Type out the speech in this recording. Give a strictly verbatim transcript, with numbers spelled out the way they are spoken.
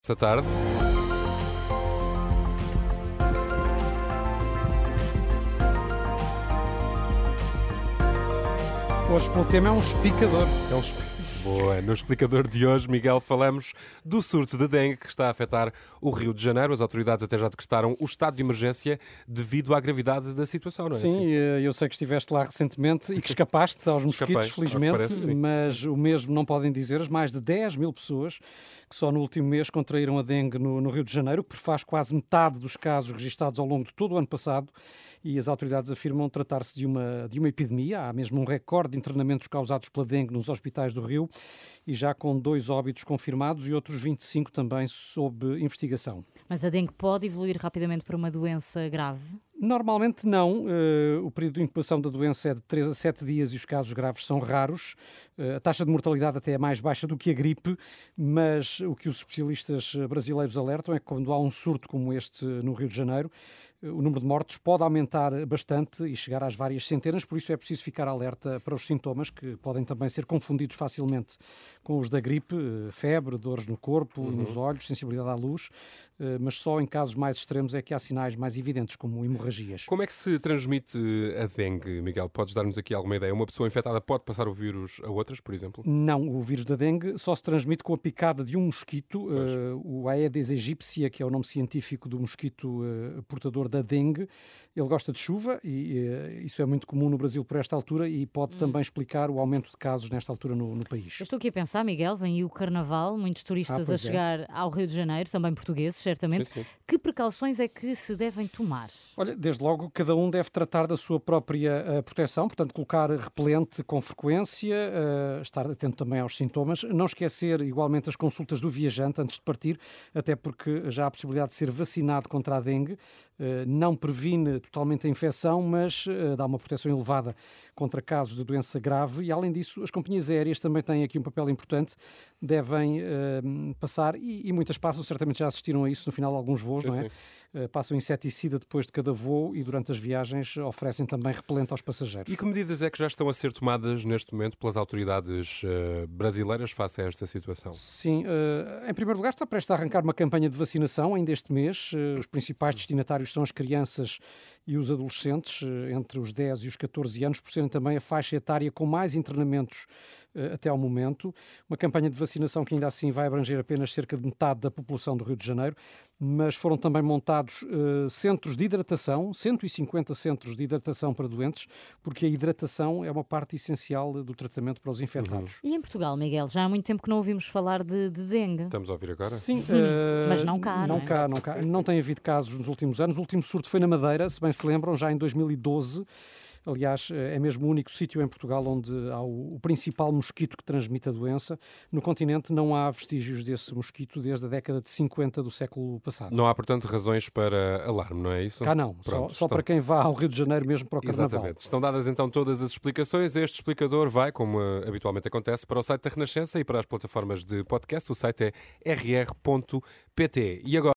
Esta tarde. Hoje, pelo tema, é um explicador. É um explicador. Boa. No explicador de hoje, Miguel, falamos do surto de dengue que está a afetar o Rio de Janeiro. As autoridades até já decretaram o estado de emergência devido à gravidade da situação, não é? Sim, assim? eu sei que estiveste lá recentemente e que escapaste aos mosquitos, Escapei, felizmente, parece, mas o mesmo não podem dizer as mais de dez mil pessoas que só no último mês contraíram a dengue no, no Rio de Janeiro, que prefaz quase metade dos casos registados ao longo de todo o ano passado, e as autoridades afirmam tratar-se de uma, de uma epidemia. Há mesmo um recorde de internamentos causados pela dengue nos hospitais do Rio, e já com dois óbitos confirmados e outros vinte e cinco também sob investigação. Mas a dengue pode evoluir rapidamente para uma doença grave? Normalmente não. Uh, o período de incubação da doença é de três a sete dias e os casos graves são raros. Uh, a taxa de mortalidade até é mais baixa do que a gripe, mas o que os especialistas brasileiros alertam é que quando há um surto como este no Rio de Janeiro, uh, o número de mortes pode aumentar bastante e chegar às várias centenas, por isso é preciso ficar alerta para os sintomas, que podem também ser confundidos facilmente com os da gripe, uh, febre, dores no corpo, uhum. nos olhos, sensibilidade à luz, uh, mas só em casos mais extremos é que há sinais mais evidentes, como hemorragia. Como é que se transmite a dengue, Miguel? Podes dar-nos aqui alguma ideia? Uma pessoa infectada pode passar o vírus a outras, por exemplo? Não, o vírus da dengue só se transmite com a picada de um mosquito, uh, o Aedes aegypti, que é o nome científico do mosquito uh, portador da dengue. Ele gosta de chuva e uh, isso é muito comum no Brasil por esta altura e pode hum. também explicar o aumento de casos nesta altura no, no país. Eu estou aqui a pensar, Miguel, vem aí o Carnaval, muitos turistas ah, a chegar é. ao Rio de Janeiro, também portugueses, certamente. Sim, sim. Que precauções é que se devem tomar? Olha, desde logo, cada um deve tratar da sua própria uh, proteção, portanto, colocar repelente com frequência, uh, estar atento também aos sintomas, não esquecer igualmente as consultas do viajante antes de partir, até porque já há a possibilidade de ser vacinado contra a dengue, uh, não previne totalmente a infecção, mas uh, dá uma proteção elevada contra casos de doença grave e, além disso, as companhias aéreas também têm aqui um papel importante, devem uh, passar, e, e muitas passam, certamente já assistiram a isso no final de alguns voos, sim, não é? Sim. Uh, passam inseticida depois de cada voo e durante as viagens oferecem também repelente aos passageiros. E que medidas é que já estão a ser tomadas neste momento pelas autoridades uh, brasileiras face a esta situação? Sim, uh, em primeiro lugar está prestes a arrancar uma campanha de vacinação ainda este mês. Uh, os principais destinatários são as crianças e os adolescentes, uh, entre os dez e os catorze anos, por serem também a faixa etária com mais internamentos uh, até ao momento. Uma campanha de vacinação que ainda assim vai abranger apenas cerca de metade da população do Rio de Janeiro, mas foram também montados uh, centros de hidratação, cento e cinquenta centros de hidratação para doentes, porque a hidratação é uma parte essencial do tratamento para os infectados. Uhum. E em Portugal, Miguel, já há muito tempo que não ouvimos falar de, de dengue. Estamos a ouvir agora? Sim, uh, mas não cá, não, não é? cá, não cá. Não tem havido casos nos últimos anos. O último surto foi na Madeira, se bem se lembram, já em dois mil e doze. Aliás, é mesmo o único sítio em Portugal onde há o, o principal mosquito que transmite a doença. No continente não há vestígios desse mosquito desde a década de cinquenta do século passado. Não há, portanto, razões para alarme, não é isso? Cá não, Pronto, só, só estão... para quem vá ao Rio de Janeiro mesmo para o Carnaval. Exatamente. Estão dadas então todas as explicações. Este explicador vai, como uh, habitualmente acontece, para o site da Renascença e para as plataformas de podcast. O site é r r ponto p t. E agora